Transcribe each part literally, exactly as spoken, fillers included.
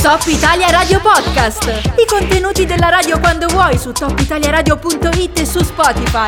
Top Italia Radio Podcast. I contenuti della radio quando vuoi su top italia radio punto it e su Spotify.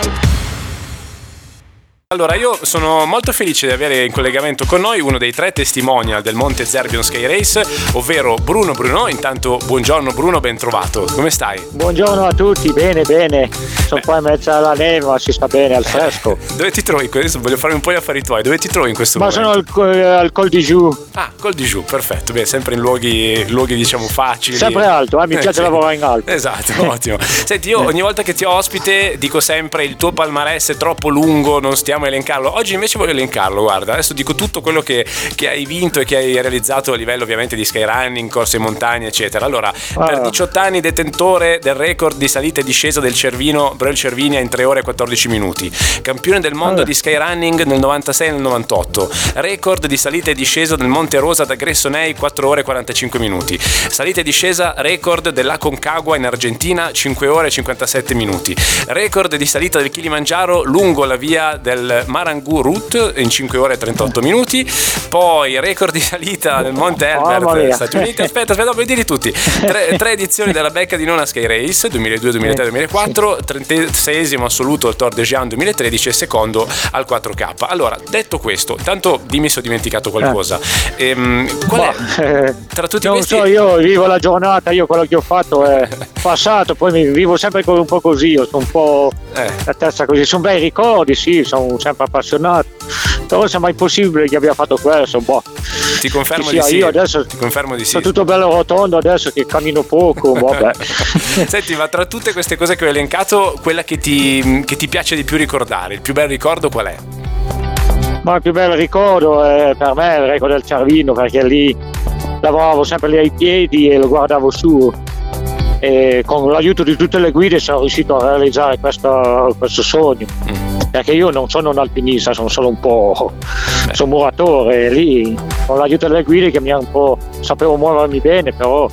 Allora, io sono molto felice di avere in collegamento con noi uno dei tre testimonial del Monte Zerbion Sky Race, ovvero Bruno Bruno. Intanto, buongiorno Bruno, ben trovato. Come stai? Buongiorno a tutti, bene, bene. Sono qua in mezzo alla neve, ma si sta bene, al fresco. Dove ti trovi? Adesso voglio fare un po' gli affari tuoi. Dove ti trovi in questo ma momento? Ma sono al, al Col di Giù. Ah, Col di Giù, perfetto. Beh, sempre in luoghi, luoghi diciamo facili. Sempre alto, eh? mi piace eh, sì. lavorare in alto. Esatto, ottimo. Senti, io ogni volta che ti ho ospite dico sempre il tuo palmarès è troppo lungo, non stiamo a elencarlo. Oggi invece voglio elencarlo, guarda, adesso dico tutto quello che, che hai vinto e che hai realizzato a livello ovviamente di skyrunning, corse in montagna eccetera. Allora, ah. per diciotto anni detentore del record di salita e discesa del Cervino, Breuil Cervinia in tre ore e quattordici minuti, campione del mondo ah. di skyrunning nel novantasei e nel novantotto, record di salita e discesa del Monte Rosa da Gressonei quattro ore e quarantacinque minuti, salita e discesa record dell'Aconcagua in Argentina cinque ore e cinquantasette minuti, record di salita del Kilimangiaro lungo la via del Marangu Route in cinque ore e trentotto minuti, poi record di salita del Monte Elbert, oh, Stati Uniti. Aspetta, aspetta, vuoi dirli tutti? Tre, tre edizioni della Becca di Nona Sky Race duemiladue, duemilatré, duemilaquattro, trentaseiesimo assoluto al Tour de Jean duemilatredici e secondo al quattro K. Allora, detto questo, tanto dimmi se ho dimenticato qualcosa. Ehm, qual bah, è? Tra tutti non questi... so, io vivo la giornata, io quello che ho fatto è passato, poi mi vivo sempre un po' così, io sono un po' eh. la testa così, sono bei ricordi, sì, sono sempre appassionato. Però sembra impossibile che abbia fatto questo. Boh. Ti confermo sì, di sì. Io adesso ti confermo di sì. Sono tutto bello rotondo adesso che cammino poco. Vabbè. Senti, ma tra tutte queste cose che ho elencato, quella che ti, che ti piace di più ricordare, il più bel ricordo qual è? Ma il più bel ricordo è per me il record del Cervino, perché lì lavoravo sempre lì ai piedi e lo guardavo su. E con l'aiuto di tutte le guide sono riuscito a realizzare questo, questo sogno. Mm. Perché io non sono un alpinista, sono solo un po' sono muratore, lì con l'aiuto delle guide che mi ha un po' sapevo muovermi bene, però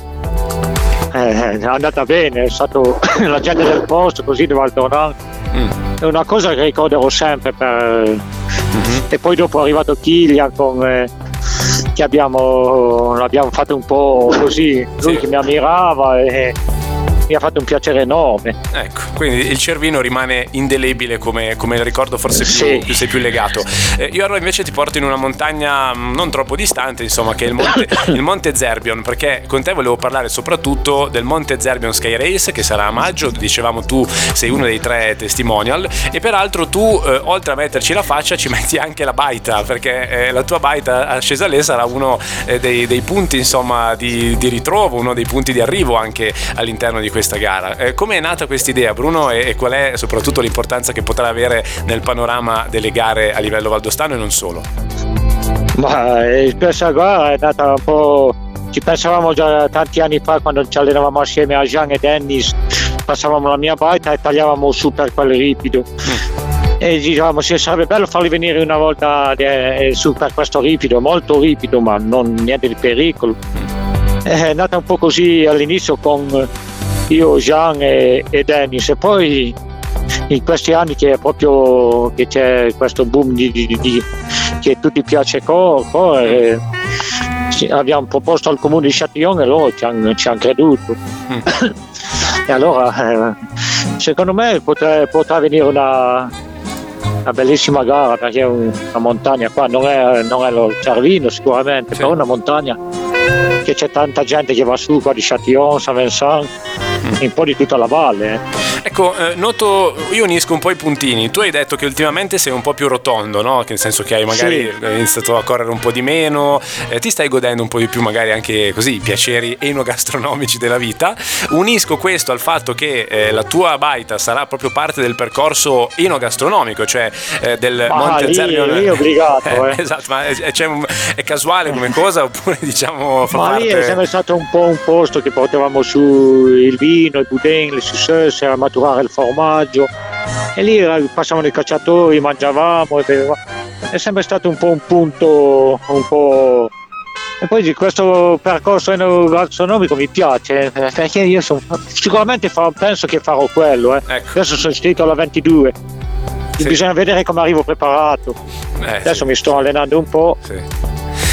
eh, è andata bene, è stato la gente del posto così di Val Thorens. Mm. È una cosa che ricorderò sempre per, mm-hmm. E poi dopo è arrivato Kilian con eh, che abbiamo, abbiamo fatto un po' così, lui sì. che mi ammirava e mi ha fatto un piacere enorme. Ecco, quindi il Cervino rimane indelebile come, come il ricordo, forse più, sì. più sei più legato. Eh, io allora invece ti porto in una montagna non troppo distante, insomma, che è il Monte, il Monte Zerbion, perché con te volevo parlare soprattutto del Monte Zerbion Sky Race che sarà a maggio. Dicevamo tu sei uno dei tre testimonial e peraltro tu eh, oltre a metterci la faccia ci metti anche la baita, perché eh, la tua baita a Cesalè sarà uno eh, dei, dei punti insomma di, di ritrovo, uno dei punti di arrivo anche all'interno di questa gara. Eh, come è nata questa idea, Bruno, e, e qual è soprattutto l'importanza che potrà avere nel panorama delle gare a livello valdostano e non solo? Ma eh, questa gara è nata un po', ci pensavamo già tanti anni fa quando ci allenavamo assieme a Jean e Dennis, passavamo la mia baita e tagliavamo su per quel ripido. Mm. E dicevamo sì, sarebbe bello farli venire una volta eh, su per questo ripido, molto ripido ma non niente di pericolo. Mm. È nata un po' così all'inizio con io, Jean e, e Dennis, e poi in questi anni che è proprio che c'è questo boom di, di, di che a tutti piace correre, abbiamo proposto al comune di Châtillon e loro ci hanno, ci hanno creduto. Mm. E allora eh, secondo me potrà, potrà venire una, una bellissima gara, perché è una montagna qua, non è, non è lo Cervino sicuramente, sì. Però una montagna che c'è tanta gente che va su qua di Châtillon, Saint-Vincent, mm. un po' di tutta la valle. Eh. Ecco, eh, noto, io unisco un po' i puntini. Tu hai detto che ultimamente sei un po' più rotondo, no? Che nel senso che hai magari sì. iniziato a correre un po' di meno, eh, ti stai godendo un po' di più magari anche così i piaceri enogastronomici della vita. Unisco questo al fatto che eh, la tua baita sarà proprio parte del percorso enogastronomico, cioè eh, del ma Monte lì, Zerbion. Lì è obbligato, eh. Esatto, ma è, è, un, è casuale come cosa oppure diciamo fa ma parte... lì è sempre stato un po' un posto che portavamo su il vino, il boudin, le successo, a maturare il formaggio, e lì passavano i cacciatori, mangiavamo e bevevamo. È sempre stato un po' un punto un po'. E poi di questo percorso enogastronomico mi piace, perché io sono sicuramente fa, penso che farò quello, eh. Ecco. Adesso sono iscritto alla ventidue, sì. Bisogna vedere come arrivo preparato. Eh, adesso sì. Mi sto allenando un po'. Sì.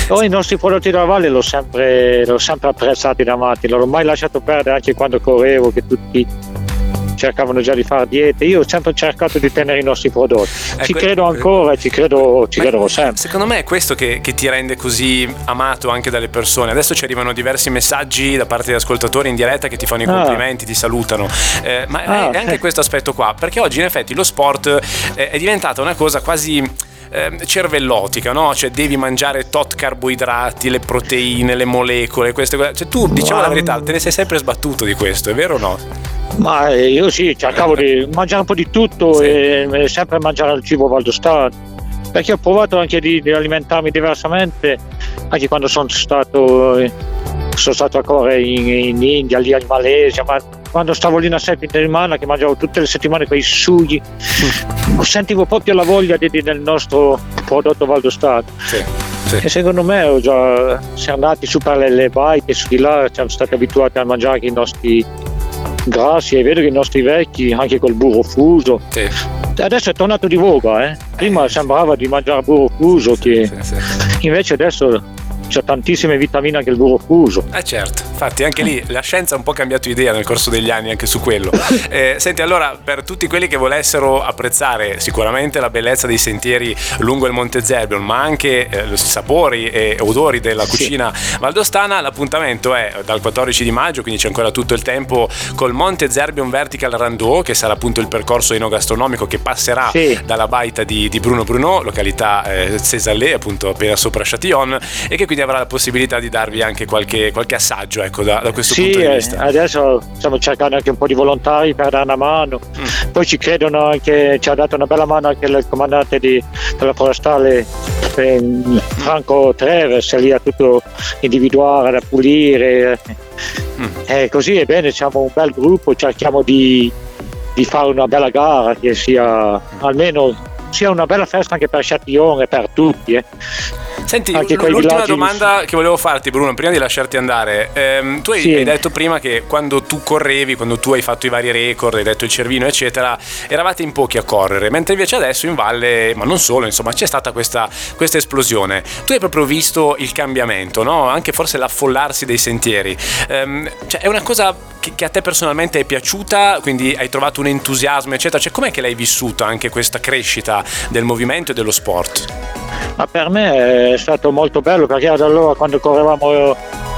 Poi i nostri prodotti della Valle l'ho sempre, l'ho sempre apprezzati da matti, non l'ho mai lasciato perdere anche quando correvo, che tutti cercavano già di fare diete. Io ho sempre cercato di tenere i nostri prodotti, eh, ci que- credo ancora e ci credo ci crederò sempre. Secondo me è questo che, che ti rende così amato anche dalle persone. Adesso ci arrivano diversi messaggi da parte di ascoltatori in diretta che ti fanno i complimenti, ah. ti salutano, eh, ma ah, è anche eh. questo aspetto qua, perché oggi in effetti lo sport eh, è diventata una cosa quasi cervellotica, no? Cioè devi mangiare tot carboidrati, le proteine, le molecole, queste cose. Cioè tu, diciamo la verità, te ne sei sempre sbattuto di questo, è vero o no? Ma io sì, cercavo di mangiare un po' di tutto, sì. e sempre mangiare il cibo valdostano, perché ho provato anche di, di alimentarmi diversamente, anche quando sono stato sono stato a correre in, in India, lì in Malesia, ma quando stavo lì una settimana che mangiavo tutte le settimane quei sughi, mm. sentivo proprio la voglia di, di, del nostro prodotto valdostano. Sì, sì. E secondo me ho già, siamo andati su per le, le baite, su di là siamo stati abituati a mangiare i nostri grassi, e vedo che i nostri vecchi anche col burro fuso, sì. adesso è tornato di voga, eh? Prima sembrava di mangiare burro fuso, sì, che sì, sì. invece adesso c'è tantissime vitamine anche il burro fuso. Eh certo, infatti anche lì la scienza ha un po' cambiato idea nel corso degli anni anche su quello. Eh, senti, allora, per tutti quelli che volessero apprezzare sicuramente la bellezza dei sentieri lungo il Monte Zerbion, ma anche eh, sapori e odori della cucina sì. valdostana, l'appuntamento è dal quattordici di maggio, quindi c'è ancora tutto il tempo, col Monte Zerbion Vertical Rando, che sarà appunto il percorso enogastronomico che passerà sì. dalla baita di, di Bruno Bruno, località eh, Cézallet, appunto appena sopra Châtillon, e che quindi avrà la possibilità di darvi anche qualche, qualche assaggio, ecco, da, da questo sì, punto di vista. Adesso stiamo cercando anche un po' di volontari per dare una mano, mm. poi ci credono anche, ci ha dato una bella mano anche il comandante di, della forestale eh, Franco Treves, lì a tutto individuare, da pulire, mm. eh, così è bene, siamo un bel gruppo, cerchiamo di, di fare una bella gara che sia mm. almeno sia una bella festa anche per Châtillon e per tutti, eh. Senti, l'ultima domanda che volevo farti, Bruno, prima di lasciarti andare, ehm, tu hai, sì. hai detto prima che quando tu correvi, quando tu hai fatto i vari record, hai detto il Cervino eccetera, eravate in pochi a correre, mentre invece adesso in valle, ma non solo, insomma, c'è stata questa, questa esplosione. Tu hai proprio visto il cambiamento, no? Anche forse l'affollarsi dei sentieri, ehm, cioè è una cosa che, che a te personalmente è piaciuta, quindi hai trovato un entusiasmo eccetera, cioè com'è che l'hai vissuta anche questa crescita del movimento e dello sport? Ma per me è stato molto bello, perché ad allora quando correvamo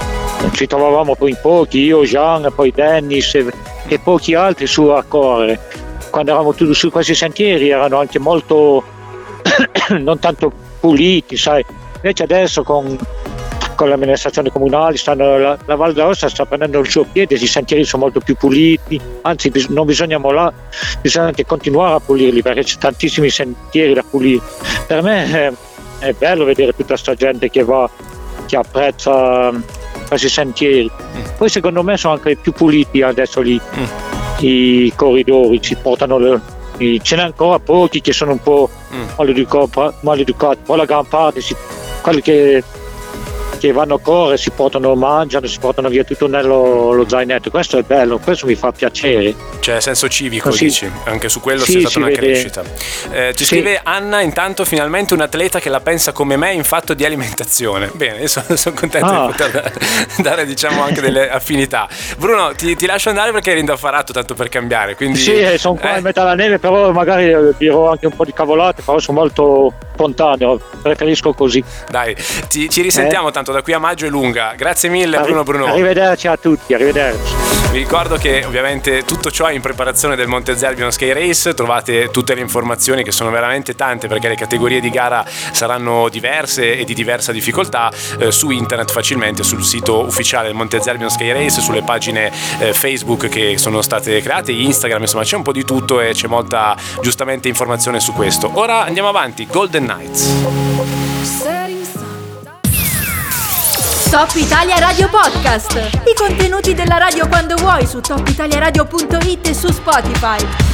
ci trovavamo in pochi, io, Jean, poi Dennis e, e pochi altri su a correre. Quando eravamo tutti su questi sentieri erano anche molto non tanto puliti, sai. Invece adesso con, con le amministrazioni comunali stanno, la, la Val d'Aosta sta prendendo il suo piede, i sentieri sono molto più puliti, anzi bis, non bisogna mollare, bisogna anche continuare a pulirli, perché c'è tantissimi sentieri da pulire. Per me è, è bello vedere tutta sta gente che va, che apprezza questi sentieri. Poi secondo me sono anche più puliti adesso lì mm. i corridori, ci portano le, i, ce n'è ancora pochi che sono un po' mm. maleducati, maleducati, poi la gran parte si, quelli che che vanno a correre si portano, mangiano, si portano via tutto nello lo zainetto. Questo è bello, questo mi fa piacere. Cioè senso civico, così, dici? Anche su quello sì, c'è stata una vede. crescita. Eh, ci sì. scrive Anna, intanto finalmente un atleta che la pensa come me in fatto di alimentazione. Bene, io sono, sono contento ah. di poter dare, diciamo, anche delle affinità. Bruno, ti, ti lascio andare perché eri indaffarato, tanto per cambiare. Quindi, sì, sono qua eh. in metà alla neve, però magari dirò anche un po' di cavolate, però sono molto spontaneo, preferisco così. Dai, ti, ci risentiamo eh. tanto da qui a maggio è lunga. Grazie mille Arri- Bruno Bruno. Arrivederci a tutti, arrivederci. Vi ricordo che ovviamente tutto ciò è in preparazione del Monte Zerbion Sky Race, trovate tutte le informazioni che sono veramente tante, perché le categorie di gara saranno diverse e di diversa difficoltà, eh, su internet facilmente, sul sito ufficiale del Monte Zerbion Sky Race, sulle pagine eh, Facebook che sono state create, Instagram, insomma c'è un po' di tutto e c'è molta giustamente informazione su questo. Ora andiamo avanti, Golden Knights. Top Italia Radio Podcast. I contenuti della radio quando vuoi su top italia radio punto it e su Spotify.